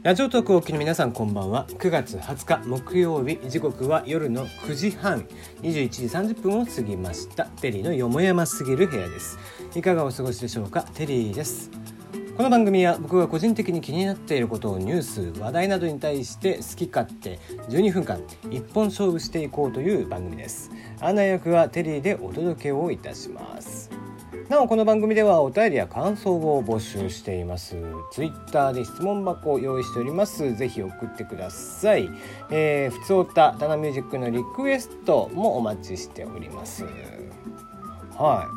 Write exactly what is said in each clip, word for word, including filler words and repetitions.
ラジオトークをお聞きの皆さん、こんばんは。くがつはつか木曜日、時刻は夜のくじはん、にじゅういちじさんじゅっぷんを過ぎました。テリーのよもやますぎる部屋です。いかがお過ごしでしょうか。テリーです。この番組は僕が個人的に気になっていることをニュース、話題などに対して好き勝手じゅうにふんかん一本勝負していこうという番組です。案内役はテリーでお届けをいたします。なおこの番組ではお便りや感想を募集しています。ツイッターで質問箱を用意しております。ぜひ送ってください。えー、ふつおたタナミュージックのリクエストもお待ちしております。はい、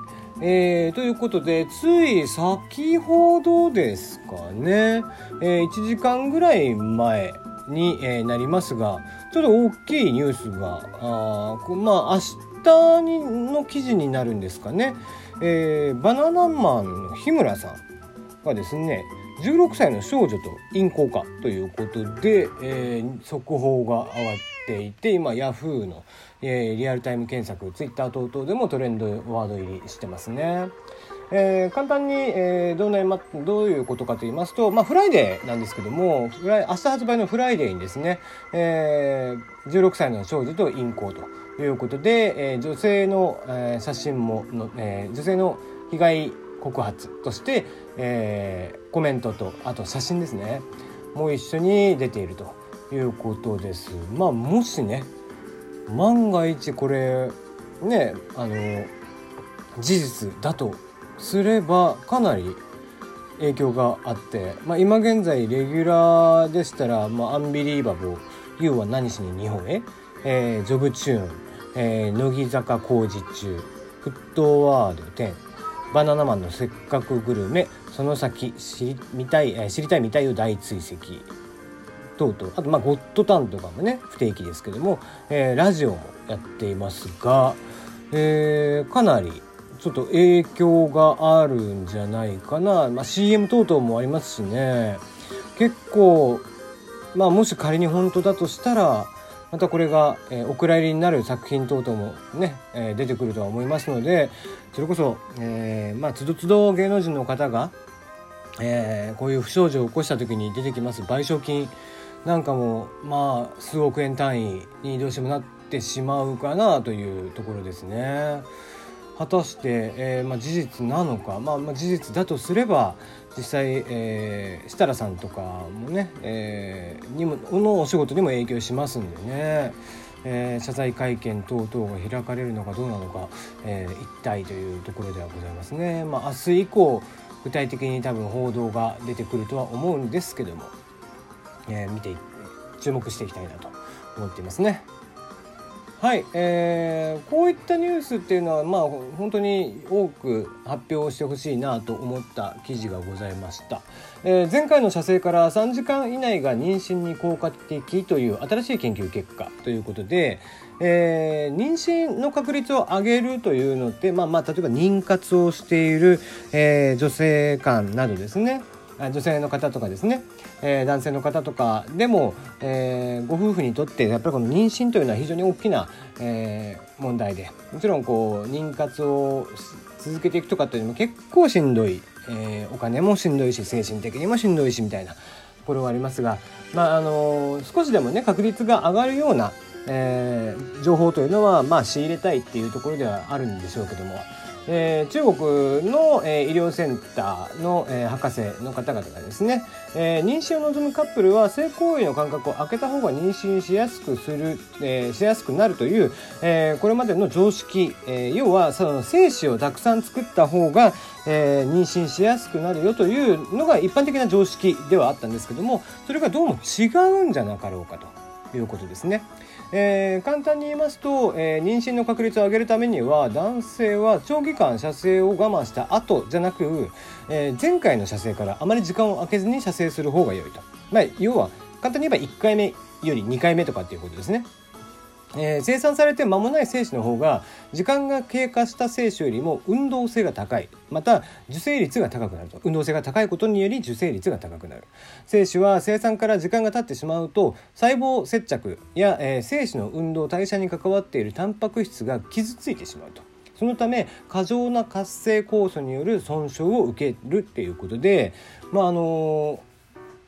えー、ということで、つい先ほどですかね、えー、いちじかんぐらい前に、えー、なりますが、ちょっと大きいニュースがあまあ明日にの記事になるんですかね。えー、バナナマンの日村さんがですね、じゅうろくさいの少女と淫行かということで、えー、速報が上がっていて、今ヤフーの、えー、リアルタイム検索、ツイッター等々でもトレンドワード入りしてますね。えー、簡単に、えー、どうな、ま、どういうことかと言いますと、まあ、フライデーなんですけども、フライ明日発売のフライデーにですね、えー、じゅうろくさいの少女と淫行ということで、えー、女性の、えー、写真もの、えー、女性の被害告発として、えー、コメントとあと写真ですねもう一緒に出ているということです。まあもしね、万が一これね、あの事実だとすればかなり影響があって、まあ、今現在レギュラーでしたら、まあ、アンビリーバボー You は何しに日本へ、えー、ジョブチューン、えー、乃木坂工事中、フットワードじゅう、バナナマンのせっかくグルメ、その先知り見たい、えー、知りたい見たいを大追跡等々、あとまあゴッドタンとかもね不定期ですけども、えー、ラジオもやっていますが、えー、かなりちょっと影響があるんじゃないかな。まあ、シーエム 等々もありますしね、結構、まあ、もし仮に本当だとしたらまたこれが、えー、お蔵入りになる作品等々もね、えー、出てくるとは思いますので、それこそ、えー、まあつどつど芸能人の方が、えー、こういう不祥事を起こした時に出てきます賠償金なんかもまあ数億円単位にどうしてもなってしまうかなというところですね。果たして、えーまあ、事実なのか、まあ、まあ事実だとすれば実際、えー、設楽さんとかもね、えー、にものお仕事にも影響しますんでね、えー、謝罪会見等々が開かれるのかどうなのか、えー、一体というところではございますね。まあ、明日以降具体的に多分報道が出てくるとは思うんですけども、えー、見て注目していきたいなと思っていますね。はい、えー、こういったニュースっていうのはまあ本当に多く発表してほしいなと思った記事がございました。えー、前回の射精からさんじかん以内が妊娠に効果的という新しい研究結果ということで、えー、妊娠の確率を上げるというのって、まあまあ例えば妊活をしている、えー、女性間などですね、女性の方とかですね、えー、男性の方とかでも、えー、ご夫婦にとってやっぱりこの妊娠というのは非常に大きな、えー、問題で、もちろんこう妊活を続けていくとかっていうのも結構しんどい、えー、お金もしんどいし精神的にもしんどいしみたいなところはありますが、まああのー、少しでもね確率が上がるような、えー、情報というのはまあ仕入れたいっていうところではあるんでしょうけども、えー、中国の、えー、医療センターの、えー、博士の方々がですね、えー、妊娠を望むカップルは性行為の間隔を空けた方が妊娠しやすくする、えー、しやすくなるという、えー、これまでの常識、えー、要はその精子をたくさん作った方が、えー、妊娠しやすくなるよというのが一般的な常識ではあったんですけども、それがどうも違うんじゃなかろうかということですね。えー、簡単に言いますと、えー、妊娠の確率を上げるためには男性は長期間射精を我慢した後じゃなく、えー、前回の射精からあまり時間を空けずに射精する方が良いと、まあ、要は簡単に言えばいっかいめよりにかいめとかっていうことですね。えー、生産されて間もない精子の方が時間が経過した精子よりも運動性が高い、また受精率が高くなると。運動性が高いことにより受精率が高くなる。精子は生産から時間が経ってしまうと細胞接着や、えー、精子の運動代謝に関わっているタンパク質が傷ついてしまうと。そのため過剰な活性酵素による損傷を受けるっていうことで、まああのー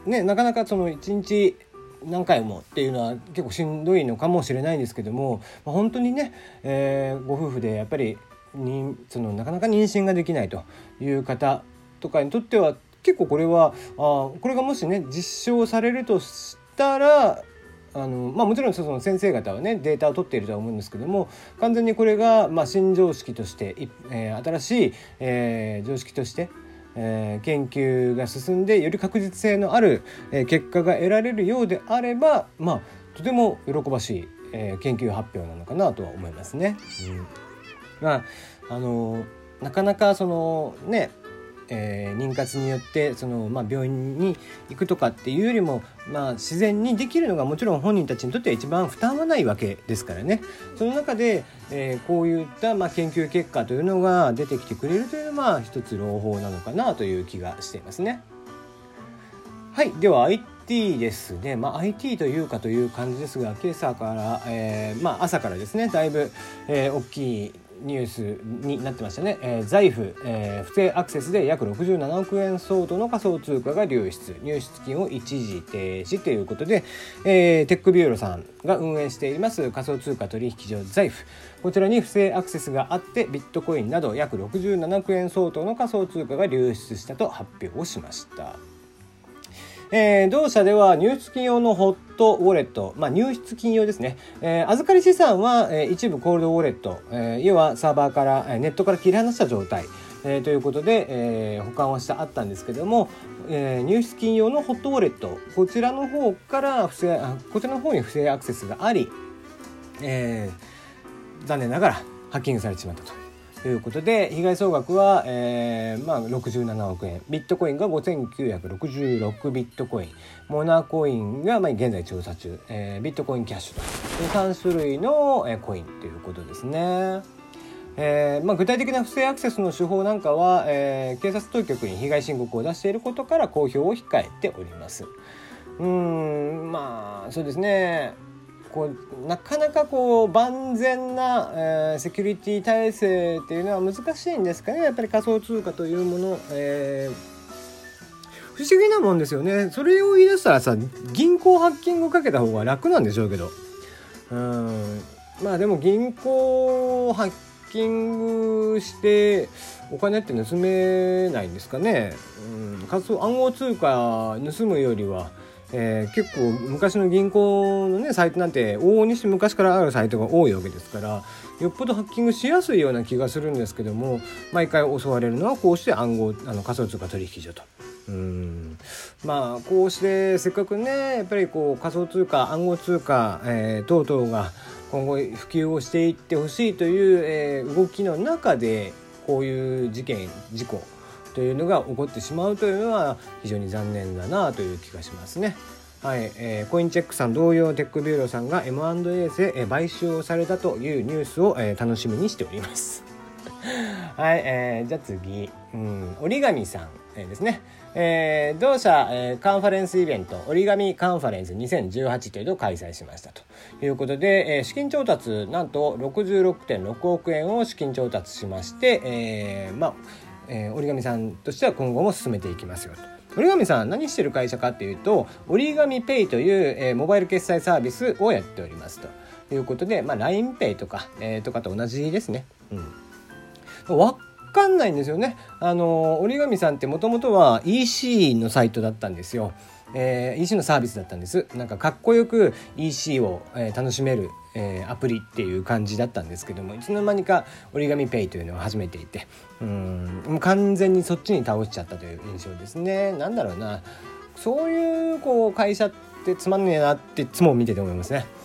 ね、なかなかそのいちにち何回もっていうのは結構しんどいのかもしれないんですけども、まあ、本当にね、えー、ご夫婦でやっぱりにそのなかなか妊娠ができないという方とかにとっては結構これはあこれがもしね実証されるとしたらあの、まあ、もちろんその先生方はねデータを取っているとは思うんですけども、完全にこれがまあ新常識として、えー、新しい、えー、常識としてえー、研究が進んでより確実性のある、えー、結果が得られるようであれば、まあ、とても喜ばしい、えー、研究発表なのかなとは思いますね。うん、まああのなかなかそのねえー、妊活によってその、まあ、病院に行くとかっていうよりも、まあ、自然にできるのがもちろん本人たちにとっては一番負担はないわけですからね。その中で、えー、こういった、まあ、研究結果というのが出てきてくれるというのは、まあ、一つ朗報なのかなという気がしていますね。はい、では アイティー ですね、まあ、アイティー というかという感じですが、今朝から、えーまあ、朝からですねだいぶ、えー、大きいニュースになってましたね。えー、財布、えー、不正アクセスで約ろくじゅうななおくえん相当の仮想通貨が流出、入出金を一時停止ということで、えー、テックビューロさんが運営しています仮想通貨取引所財布、こちらに不正アクセスがあってビットコインなど約ろくじゅうななおくえん相当の仮想通貨が流出したと発表をしました。えー、同社では入出金用のホットウォレット、まあ、入出金用ですね、えー、預かり資産は、えー、一部コールドウォレット、えー、要はサーバーからネットから切り離した状態、えー、ということで、えー、保管はしてあったんですけども、えー、入出金用のホットウォレット、こちらの方から不正こちらの方に不正アクセスがあり、えー、残念ながらハッキングされてしまったとということで、被害総額は、えーまあ、ろくじゅうななおくえん、ビットコインがごせんきゅうひゃくろくじゅうろくビットコイン、モナコインが、まあ、現在調査中、えー、ビットコインキャッシュというさんしゅるいの、えー、コインということですね。えーまあ、具体的な不正アクセスの手法なんかは、えー、警察当局に被害申告を出していることから公表を控えております。うーんまあそうですね、こうなかなかこう万全な、えー、セキュリティ体制っていうのは難しいんですかね。やっぱり仮想通貨というもの、えー、不思議なもんですよね。それを言い出したらさ、銀行ハッキングかけた方が楽なんでしょうけど、うーんまあでも銀行ハッキングしてお金って盗めないんですかね。うん、仮想暗号通貨盗むよりはえー、結構昔の銀行のねサイトなんて往々にして昔からあるサイトが多いわけですから、よっぽどハッキングしやすいような気がするんですけども、毎回襲われるのはこうして暗号あの仮想通貨取引所と。うーんまあこうしてせっかくねやっぱりこう仮想通貨暗号通貨、えー、等々が今後普及をしていってほしいという、えー、動きの中でこういう事件事故というのが起こってしまうというのは非常に残念だなという気がしますね。はい、えー、コインチェックさん同様テックビューロさんが エムアンドエー で買収をされたというニュースを、えー、楽しみにしておりますはい、えー、じゃあ次、うん、折り紙さん、えー、ですね、えー、同社、えー、カンファレンスイベント折り紙カンファレンスにせんじゅうはちというのを開催しましたということで、えー、資金調達なんと ろくじゅうろくてんろくおくえんを資金調達しまして、えー、まあえー、折り紙さんとしては今後も進めていきますよと。折り紙さん何してる会社かっていうと、折り紙ペイという、えー、モバイル決済サービスをやっておりますということで、まあ、ラインペイ とか、えー、とかと同じですね。うん、わかんないんですよね。あの折り紙さんってもともとは イーシー のサイトだったんですよ。えー、イーシー のサービスだったんです。なんかかっこよく イーシー を、えー、楽しめる、えー、アプリっていう感じだったんですけども、いつの間にか折り紙ペイというのを始めていて、うーんもう完全にそっちに倒しちゃったという印象ですね。なんだろうな、そういうこう会社ってつまんねえなっていつも見てて思いますね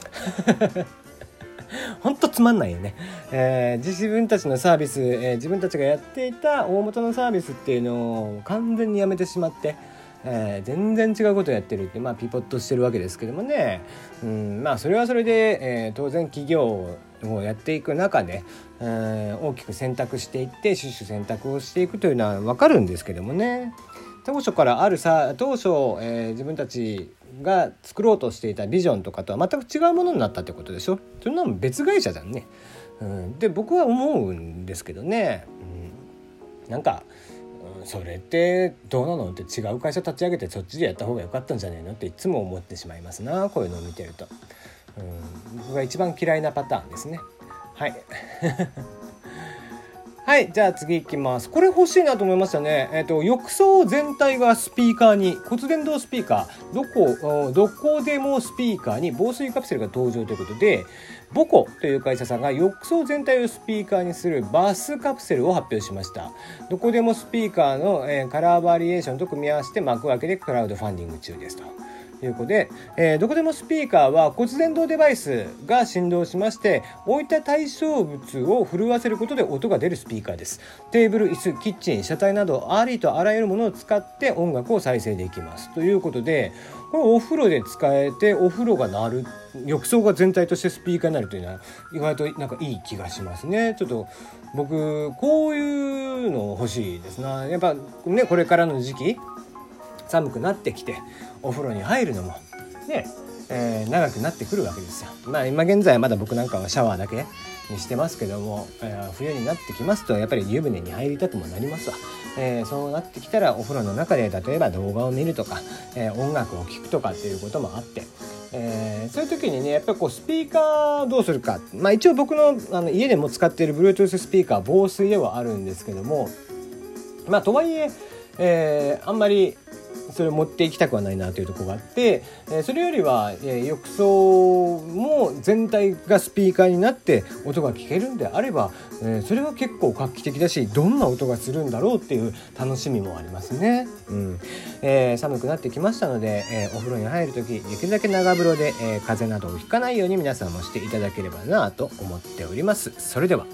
ほんとつまんないよね、えー、自分たちのサービス、えー、自分たちがやっていた大元のサービスっていうのを完全にやめてしまって、えー、全然違うことをやってるって、まあ、ピポッとしてるわけですけどもね、うん、まあそれはそれで、えー、当然企業をやっていく中で、えー、大きく選択していって種々選択をしていくというのは分かるんですけどもね、当初からあるさ当初、えー、自分たちが作ろうとしていたビジョンとかとは全く違うものになったってことでしょ。そんなの別会社じゃんね、うん、で僕は思うんですけどね、うん、なんかそれってどうなのって違う会社立ち上げてそっちでやった方が良かったんじゃねえのっていつも思ってしまいますな、こういうのを見てると。うん、僕が一番嫌いなパターンですね。はいはい、じゃあ次行きます。これ欲しいなと思いましたね。えっと、浴槽全体がスピーカーに、骨伝導スピーカー、どこ、どこでもスピーカーに防水カプセルが登場ということで、ボコという会社さんが浴槽全体をスピーカーにするバスカプセルを発表しました。どこでもスピーカーの、えー、カラーバリエーションと組み合わせて幕開けでクラウドファンディング中ですと。ということで、えー、どこでもスピーカーは骨伝導デバイスが振動しまして、置いた対象物を震わせることで音が出るスピーカーです。テーブル、椅子、キッチン、車体などありとあらゆるものを使って音楽を再生できますということで、これお風呂で使えてお風呂が鳴る、浴槽が全体としてスピーカーになるというのは意外となんかいい気がしますね。ちょっと僕こういうの欲しいですな。やっぱね、これからの時期寒くなってきてお風呂に入るのもね、えー、長くなってくるわけですよ。まあ今現在はまだ僕なんかはシャワーだけにしてますけども、えー、冬になってきますとやっぱり湯船に入りたくもなりますわ。えー、そうなってきたらお風呂の中で例えば動画を見るとか、えー、音楽を聴くとかっていうこともあって、えー、そういう時にねやっぱりこうスピーカーどうするか、まあ一応僕の、あの家でも使っている Bluetooth スピーカー防水ではあるんですけども、まあとはいええー、あんまりそれを持っていきたくはないなというところがあって、えー、それよりは、えー、浴槽も全体がスピーカーになって音が聞けるんであれば、えー、それは結構画期的だし、どんな音がするんだろうっていう楽しみもありますね。うんえー、寒くなってきましたので、えー、お風呂に入るときできるだけ長風呂で、えー、風邪などをひかないように皆さんもしていただければなと思っております。それでは。